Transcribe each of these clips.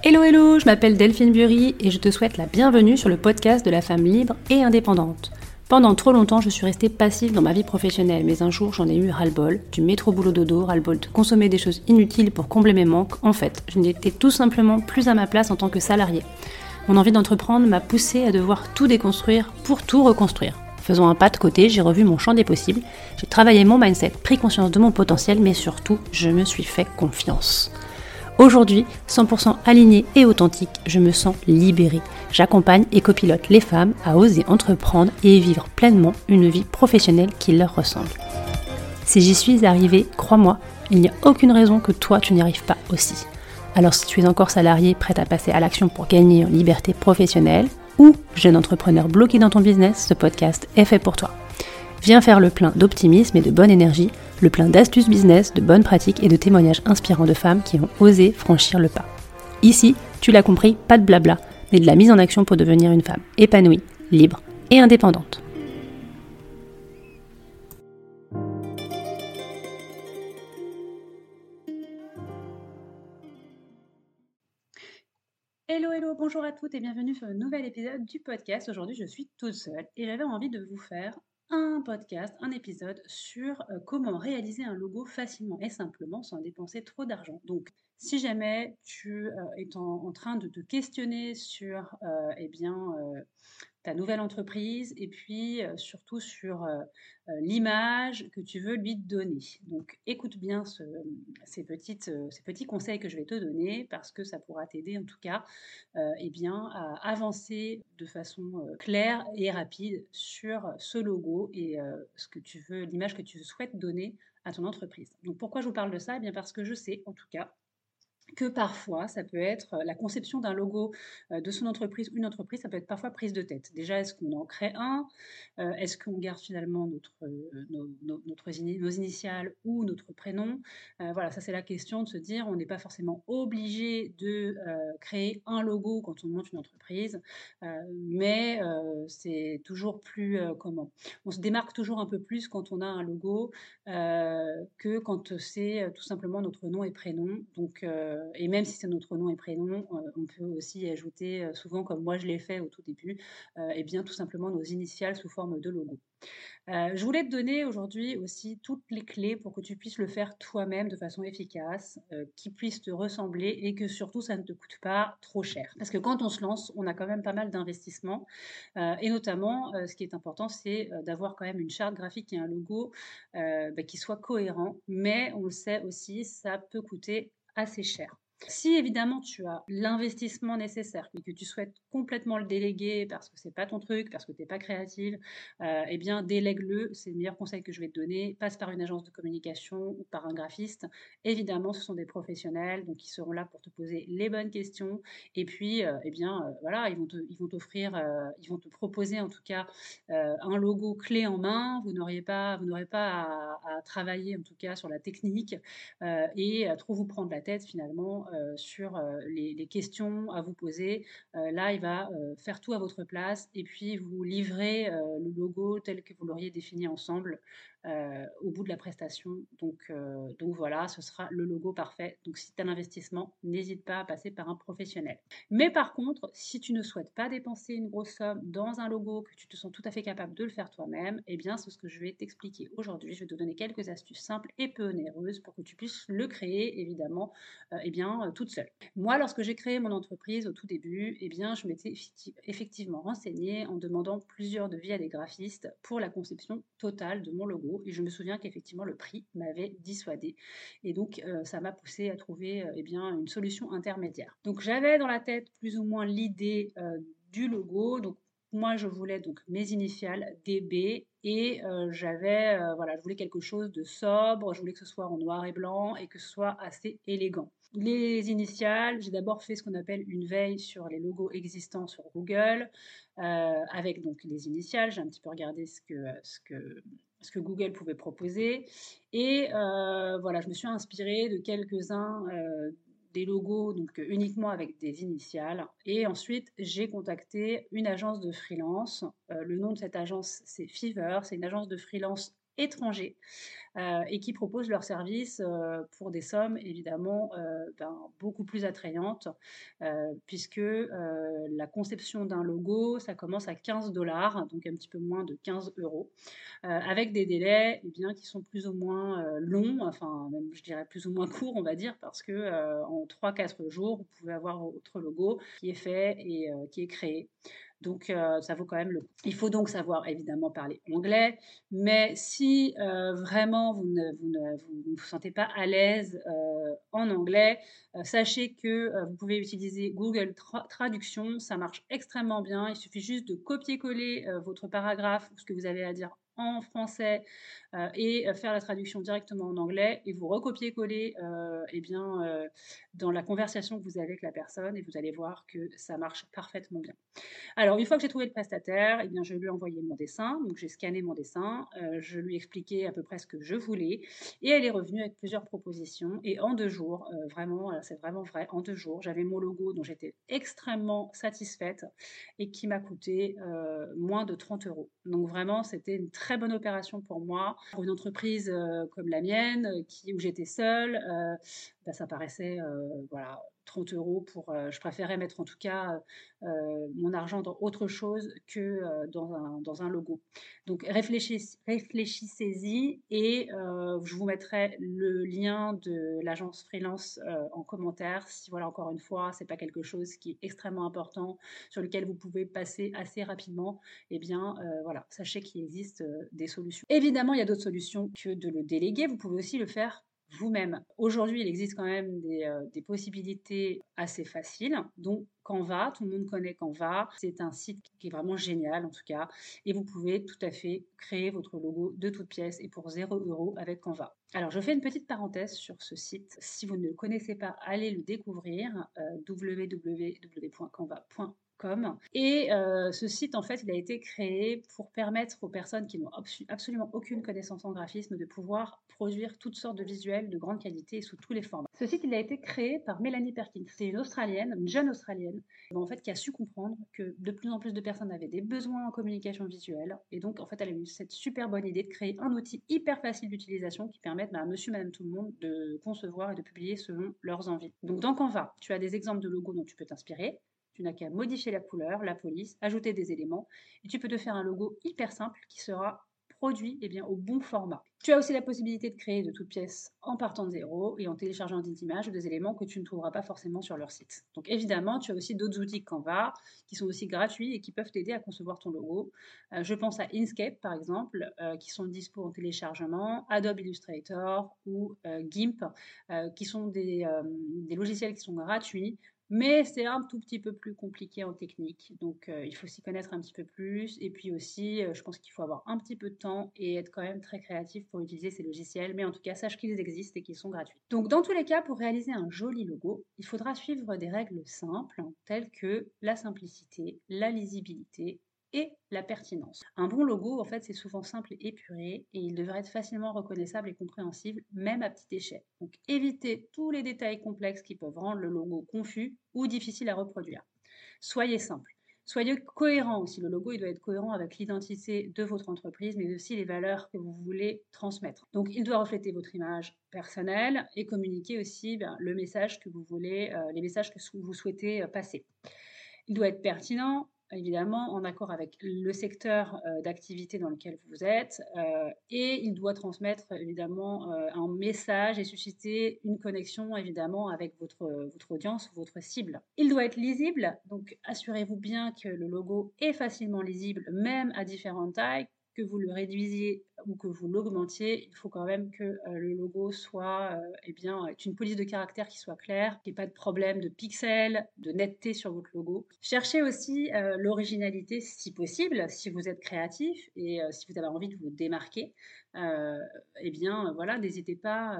Hello hello, je m'appelle Delphine Bury et je te souhaite la bienvenue sur le podcast de la femme libre et indépendante. Pendant trop longtemps, je suis restée passive dans ma vie professionnelle, mais un jour j'en ai eu ras-le-bol, du métro boulot dodo, ras-le-bol de consommer des choses inutiles pour combler mes manques. En fait, je n'étais tout simplement plus à ma place en tant que salariée. Mon envie d'entreprendre m'a poussée à devoir tout déconstruire pour tout reconstruire. Faisant un pas de côté, j'ai revu mon champ des possibles, j'ai travaillé mon mindset, pris conscience de mon potentiel, mais surtout, je me suis fait confiance. Aujourd'hui, 100% alignée et authentique, je me sens libérée. J'accompagne et copilote les femmes à oser entreprendre et vivre pleinement une vie professionnelle qui leur ressemble. Si j'y suis arrivée, crois-moi, il n'y a aucune raison que toi tu n'y arrives pas aussi. Alors si tu es encore salarié prête à passer à l'action pour gagner en liberté professionnelle, ou jeune entrepreneur bloqué dans ton business, ce podcast est fait pour toi. Viens faire le plein d'optimisme et de bonne énergie, le plein d'astuces business, de bonnes pratiques et de témoignages inspirants de femmes qui ont osé franchir le pas. Ici, tu l'as compris, pas de blabla, mais de la mise en action pour devenir une femme épanouie, libre et indépendante. Hello, bonjour à toutes et bienvenue sur un nouvel épisode du podcast. Aujourd'hui, je suis toute seule et j'avais envie de vous faire un podcast, un épisode sur comment réaliser un logo facilement et simplement sans dépenser trop d'argent. Donc, si jamais tu es en train de te questionner sur ta nouvelle entreprise et puis surtout sur l'image que tu veux lui donner. Donc écoute bien ces petits conseils que je vais te donner parce que ça pourra t'aider en tout cas à avancer de façon claire et rapide sur ce logo et ce que tu veux, l'image que tu souhaites donner à ton entreprise. Donc pourquoi je vous parle de ça? Eh bien parce que je sais en tout cas que parfois, ça peut être la conception d'un logo de son entreprise ou une entreprise, ça peut être parfois prise de tête. Déjà, est-ce qu'on en crée un? Est-ce qu'on garde finalement nos initiales ou notre prénom? Voilà, ça c'est la question de se dire, on n'est pas forcément obligé de créer un logo quand on monte une entreprise, mais c'est toujours plus, on se démarque toujours un peu plus quand on a un logo que quand c'est tout simplement notre nom et prénom. Donc, et même si c'est notre nom et prénom, on peut aussi ajouter, souvent comme moi je l'ai fait au tout début, et bien tout simplement nos initiales sous forme de logo. Je voulais te donner aujourd'hui aussi toutes les clés pour que tu puisses le faire toi-même de façon efficace, qui puisse te ressembler et que surtout ça ne te coûte pas trop cher. Parce que quand on se lance, on a quand même pas mal d'investissements et notamment, ce qui est important, c'est d'avoir quand même une charte graphique et un logo qui soit cohérent. Mais on le sait aussi, ça peut coûter assez cher. Si évidemment tu as l'investissement nécessaire et que tu souhaites complètement le déléguer parce que c'est pas ton truc, parce que tu n'es pas créative, eh bien délègue-le. C'est le meilleur conseil que je vais te donner. Passe par une agence de communication ou par un graphiste. Évidemment, ce sont des professionnels, donc ils seront là pour te poser les bonnes questions. Et puis, voilà, ils vont t'offrir, ils vont te proposer en tout cas un logo clé en main. Vous n'aurez pas à travailler en tout cas sur la technique et à trop vous prendre la tête finalement sur les questions à vous poser. Là, il va faire tout à votre place et puis vous livrer le logo tel que vous l'auriez défini ensemble au bout de la prestation. Donc voilà, ce sera le logo parfait. Donc si tu as l'investissement, n'hésite pas à passer par un professionnel. Mais par contre, si tu ne souhaites pas dépenser une grosse somme dans un logo, que tu te sens tout à fait capable de le faire toi-même, eh bien c'est ce que je vais t'expliquer aujourd'hui. Je vais te donner quelques astuces simples et peu onéreuses pour que tu puisses le créer évidemment toute seule. Moi, lorsque j'ai créé mon entreprise au tout début, eh bien, je m'étais effectivement renseignée en demandant plusieurs devis à des graphistes pour la conception totale de mon logo. Et je me souviens qu'effectivement, le prix m'avait dissuadée. Et donc, ça m'a poussée à trouver une solution intermédiaire. Donc, j'avais dans la tête plus ou moins l'idée du logo. Donc, moi, je voulais donc mes initiales DB et je voulais quelque chose de sobre, je voulais que ce soit en noir et blanc et que ce soit assez élégant. Les initiales, j'ai d'abord fait ce qu'on appelle une veille sur les logos existants sur Google, avec donc les initiales. J'ai un petit peu regardé ce que Google pouvait proposer. Et je me suis inspirée de quelques-uns des logos donc uniquement avec des initiales. Et ensuite, j'ai contacté une agence de freelance. Le nom de cette agence, c'est Fiverr. C'est une agence de freelance étrangers et qui proposent leurs services, pour des sommes évidemment, beaucoup plus attrayantes, puisque, la conception d'un logo, ça commence à 15 $, donc un petit peu moins de 15 €, avec des délais, eh bien, qui sont plus ou moins, longs, enfin même je dirais plus ou moins courts, on va dire, parce que, en 3 4 jours, vous pouvez avoir votre logo qui est fait et qui est créé. Donc ça vaut quand même le coup. Il faut donc savoir évidemment parler anglais, mais si, vraiment vous ne vous sentez pas à l'aise, en anglais, sachez que, vous pouvez utiliser Google Traduction, ça marche extrêmement bien. Il suffit juste de copier-coller, votre paragraphe ou ce que vous avez à dire en français, et faire la traduction directement en anglais et vous recopiez-collez, dans la conversation que vous avez avec la personne et vous allez voir que ça marche parfaitement bien. Alors, une fois que j'ai trouvé le prestataire, eh bien, je lui ai envoyé mon dessin. Donc, j'ai scanné mon dessin, je lui ai expliqué à peu près ce que je voulais et elle est revenue avec plusieurs propositions et en 2 jours, vraiment, c'est vraiment vrai, en 2 jours, j'avais mon logo dont j'étais extrêmement satisfaite et qui m'a coûté, moins de 30 €. Donc vraiment, c'était une très bonne opération pour moi. Pour une entreprise, comme la mienne, où j'étais seule, ça paraissait, voilà, 30 € pour, je préférais mettre en tout cas, mon argent dans autre chose que, dans un logo. Donc réfléchissez-y et je vous mettrai le lien de l'agence freelance, en commentaire si voilà, encore une fois, c'est pas quelque chose qui est extrêmement important, sur lequel vous pouvez passer assez rapidement, eh bien, voilà, sachez qu'il existe, des solutions. Évidemment, il y a d'autres solutions que de le déléguer. Vous pouvez aussi le faire vous-même. Aujourd'hui, il existe quand même des possibilités assez faciles, donc Canva, tout le monde connaît Canva. C'est un site qui est vraiment génial en tout cas et vous pouvez tout à fait créer votre logo de toutes pièces et pour 0 € avec Canva. Alors je fais une petite parenthèse sur ce site. Si vous ne le connaissez pas, allez le découvrir, www.canva.com et ce site en fait, il a été créé pour permettre aux personnes qui n'ont absolument aucune connaissance en graphisme de pouvoir produire toutes sortes de visuels de grande qualité et sous tous les formats. Ce site, il a été créé par Mélanie Perkins. C'est une Australienne, une jeune Australienne, en fait, qui a su comprendre que de plus en plus de personnes avaient des besoins en communication visuelle. Et donc, en fait, elle a eu cette super bonne idée de créer un outil hyper facile d'utilisation qui permette à monsieur, madame, tout le monde de concevoir et de publier selon leurs envies. Donc, dans Canva, tu as des exemples de logos dont tu peux t'inspirer. Tu n'as qu'à modifier la couleur, la police, ajouter des éléments et tu peux te faire un logo hyper simple qui sera produit au bon format. Tu as aussi la possibilité de créer de toutes pièces en partant de zéro et en téléchargeant des images ou des éléments que tu ne trouveras pas forcément sur leur site. Donc évidemment, tu as aussi d'autres outils Canva qui sont aussi gratuits et qui peuvent t'aider à concevoir ton logo. Je pense à Inkscape par exemple, qui sont dispo en téléchargement, Adobe Illustrator ou GIMP, qui sont des logiciels qui sont gratuits mais c'est un tout petit peu plus compliqué en technique, donc il faut s'y connaître un petit peu plus et puis aussi, je pense qu'il faut avoir un petit peu de temps et être quand même très créatif pour utiliser ces logiciels, mais en tout cas, sache qu'ils existent et qu'ils sont gratuits. Donc dans tous les cas, pour réaliser un joli logo, il faudra suivre des règles simples, telles que la simplicité, la lisibilité et la pertinence. Un bon logo, en fait, c'est souvent simple et épuré et il devrait être facilement reconnaissable et compréhensible, même à petite échelle. Donc évitez tous les détails complexes qui peuvent rendre le logo confus ou difficile à reproduire. Soyez simple. Soyez cohérent aussi. Le logo, il doit être cohérent avec l'identité de votre entreprise, mais aussi les valeurs que vous voulez transmettre. Donc, il doit refléter votre image personnelle et communiquer aussi le message que vous voulez, les messages que vous souhaitez passer. Il doit être pertinent, évidemment, en accord avec le secteur, d'activité dans lequel vous êtes, et il doit transmettre évidemment, un message et susciter une connexion évidemment avec votre audience, votre cible. Il doit être lisible, donc assurez-vous bien que le logo est facilement lisible, même à différentes tailles, que vous le réduisiez ou que vous l'augmentiez, il faut quand même que le logo soit, une police de caractère qui soit claire, qu'il n'y ait pas de problème de pixels, de netteté sur votre logo. Cherchez aussi l'originalité si possible, si vous êtes créatif et si vous avez envie de vous démarquer, voilà, n'hésitez pas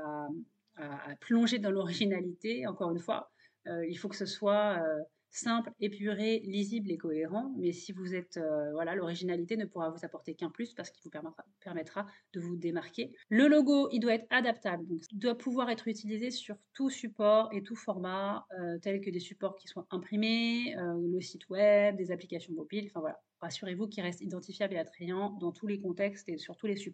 à plonger dans l'originalité, encore une fois. Il faut que ce soit simple, épuré, lisible et cohérent. Mais si vous êtes, voilà, l'originalité ne pourra vous apporter qu'un plus parce qu'il vous permettra de vous démarquer. Le logo, il doit être adaptable. Donc, il doit pouvoir être utilisé sur tout support et tout format, tels que des supports qui soient imprimés, le site web, des applications mobiles. Enfin voilà, rassurez-vous qu'il reste identifiable et attrayant dans tous les contextes et sur tous les supports.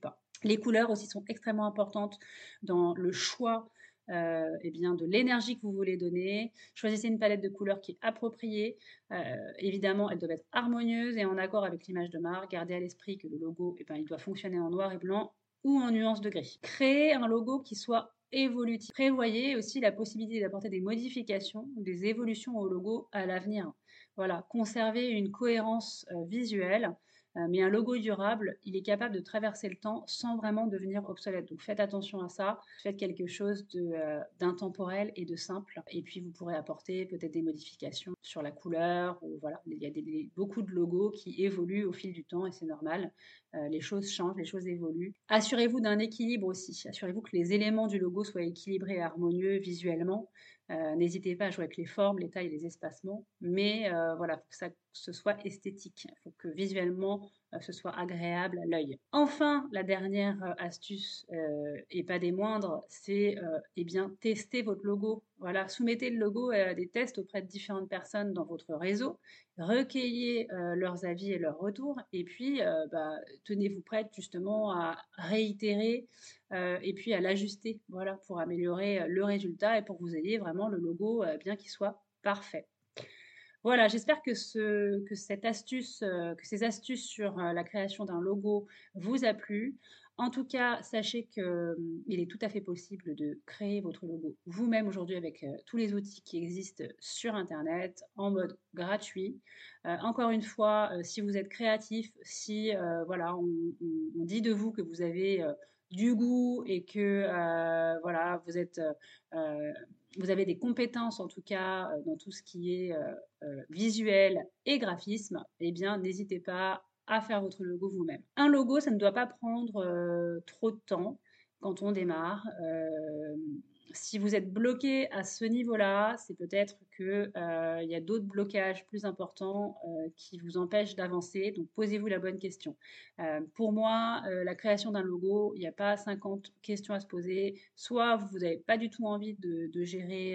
Les couleurs aussi sont extrêmement importantes dans le choix de l'énergie que vous voulez donner. Choisissez une palette de couleurs qui est appropriée. Évidemment, elles doivent être harmonieuses et en accord avec l'image de marque. Gardez à l'esprit que le logo, il doit fonctionner en noir et blanc ou en nuances de gris. Créez un logo qui soit évolutif. Prévoyez aussi la possibilité d'apporter des modifications ou des évolutions au logo à l'avenir. Voilà, conservez une cohérence visuelle. Mais un logo durable, il est capable de traverser le temps sans vraiment devenir obsolète. Donc faites attention à ça, faites quelque chose d'intemporel et de simple. Et puis vous pourrez apporter peut-être des modifications sur la couleur. Ou voilà, il y a beaucoup de logos qui évoluent au fil du temps et c'est normal. Les choses changent, les choses évoluent. Assurez-vous d'un équilibre aussi. Assurez-vous que les éléments du logo soient équilibrés et harmonieux visuellement. N'hésitez pas à jouer avec les formes, les tailles, les espacements, mais voilà, faut que ce soit esthétique. Il faut que visuellement, ce soit agréable à l'œil. Enfin, la dernière astuce, et pas des moindres, c'est tester votre logo. Voilà, soumettez le logo à des tests auprès de différentes personnes dans votre réseau, recueillez leurs avis et leurs retours, et puis tenez-vous prête justement à réitérer et puis à l'ajuster, voilà, pour améliorer le résultat et pour que vous ayez vraiment le logo bien qu'il soit parfait. Voilà, j'espère que ces astuces sur la création d'un logo vous a plu. En tout cas, sachez qu'il est tout à fait possible de créer votre logo vous-même aujourd'hui avec tous les outils qui existent sur Internet en mode gratuit. Encore une fois, si vous êtes créatif, si on dit de vous que vous avez du goût et que vous avez des compétences en tout cas dans tout ce qui est visuel et graphisme, eh bien n'hésitez pas à faire votre logo vous-même. Un logo, ça ne doit pas prendre trop de temps quand on démarre. Si vous êtes bloqué à ce niveau-là, c'est peut-être qu'il y a d'autres blocages plus importants qui vous empêchent d'avancer. Donc, posez-vous la bonne question. Pour moi, la création d'un logo, il n'y a pas 50 questions à se poser. Soit vous n'avez pas du tout envie de gérer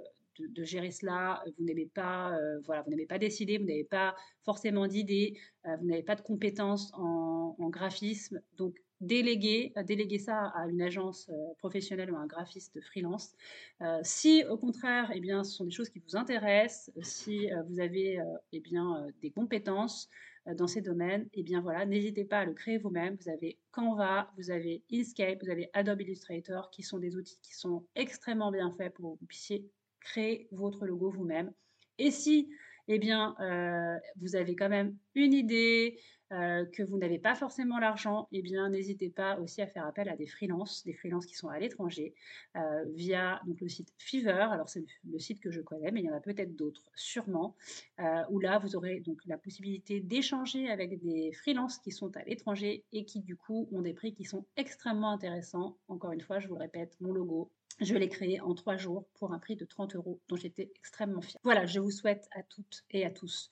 cela, vous n'avez pas décidé, vous n'avez pas forcément d'idée, vous n'avez pas de compétences en graphisme, donc déléguer ça à une agence professionnelle ou à un graphiste freelance. Si au contraire, ce sont des choses qui vous intéressent, si vous avez des compétences dans ces domaines, n'hésitez pas à le créer vous-même. Vous avez Canva, vous avez Inkscape, vous avez Adobe Illustrator, qui sont des outils qui sont extrêmement bien faits pour que vous puissiez créer votre logo vous-même. Et si vous avez quand même une idée, que vous n'avez pas forcément l'argent, n'hésitez pas aussi à faire appel à des freelances qui sont à l'étranger, via donc, le site Fiverr. Alors c'est le site que je connais, mais il y en a peut-être d'autres sûrement, où là vous aurez donc la possibilité d'échanger avec des freelances qui sont à l'étranger et qui du coup ont des prix qui sont extrêmement intéressants. Encore une fois, je vous le répète, mon logo, je l'ai créé en 3 jours pour un prix de 30 € dont j'étais extrêmement fière. Voilà, je vous souhaite à toutes et à tous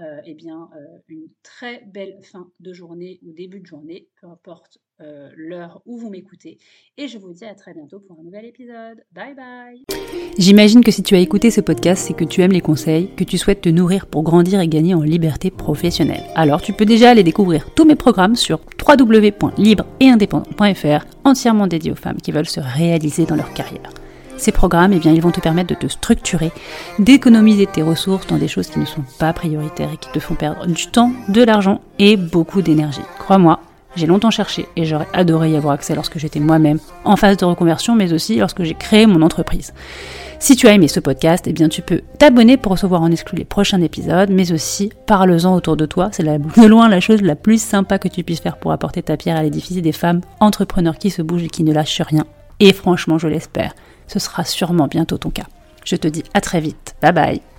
une très belle fin de journée ou début de journée, peu importe l'heure où vous m'écoutez. Et je vous dis à très bientôt pour un nouvel épisode. Bye bye. J'imagine que si tu as écouté ce podcast, c'est que tu aimes les conseils, que tu souhaites te nourrir pour grandir et gagner en liberté professionnelle. Alors tu peux déjà aller découvrir tous mes programmes sur www.libre-et-indépendant.fr, entièrement dédiés aux femmes qui veulent se réaliser dans leur carrière. Ces programmes, ils vont te permettre de te structurer, d'économiser tes ressources dans des choses qui ne sont pas prioritaires et qui te font perdre du temps, de l'argent et beaucoup d'énergie. Crois-moi, j'ai longtemps cherché et j'aurais adoré y avoir accès lorsque j'étais moi-même en phase de reconversion, mais aussi lorsque j'ai créé mon entreprise. Si tu as aimé ce podcast, tu peux t'abonner pour recevoir en exclu les prochains épisodes, mais aussi parle-en autour de toi. C'est de loin la chose la plus sympa que tu puisses faire pour apporter ta pierre à l'édifice des femmes entrepreneurs qui se bougent et qui ne lâchent rien. Et franchement, je l'espère, ce sera sûrement bientôt ton cas. Je te dis à très vite. Bye bye.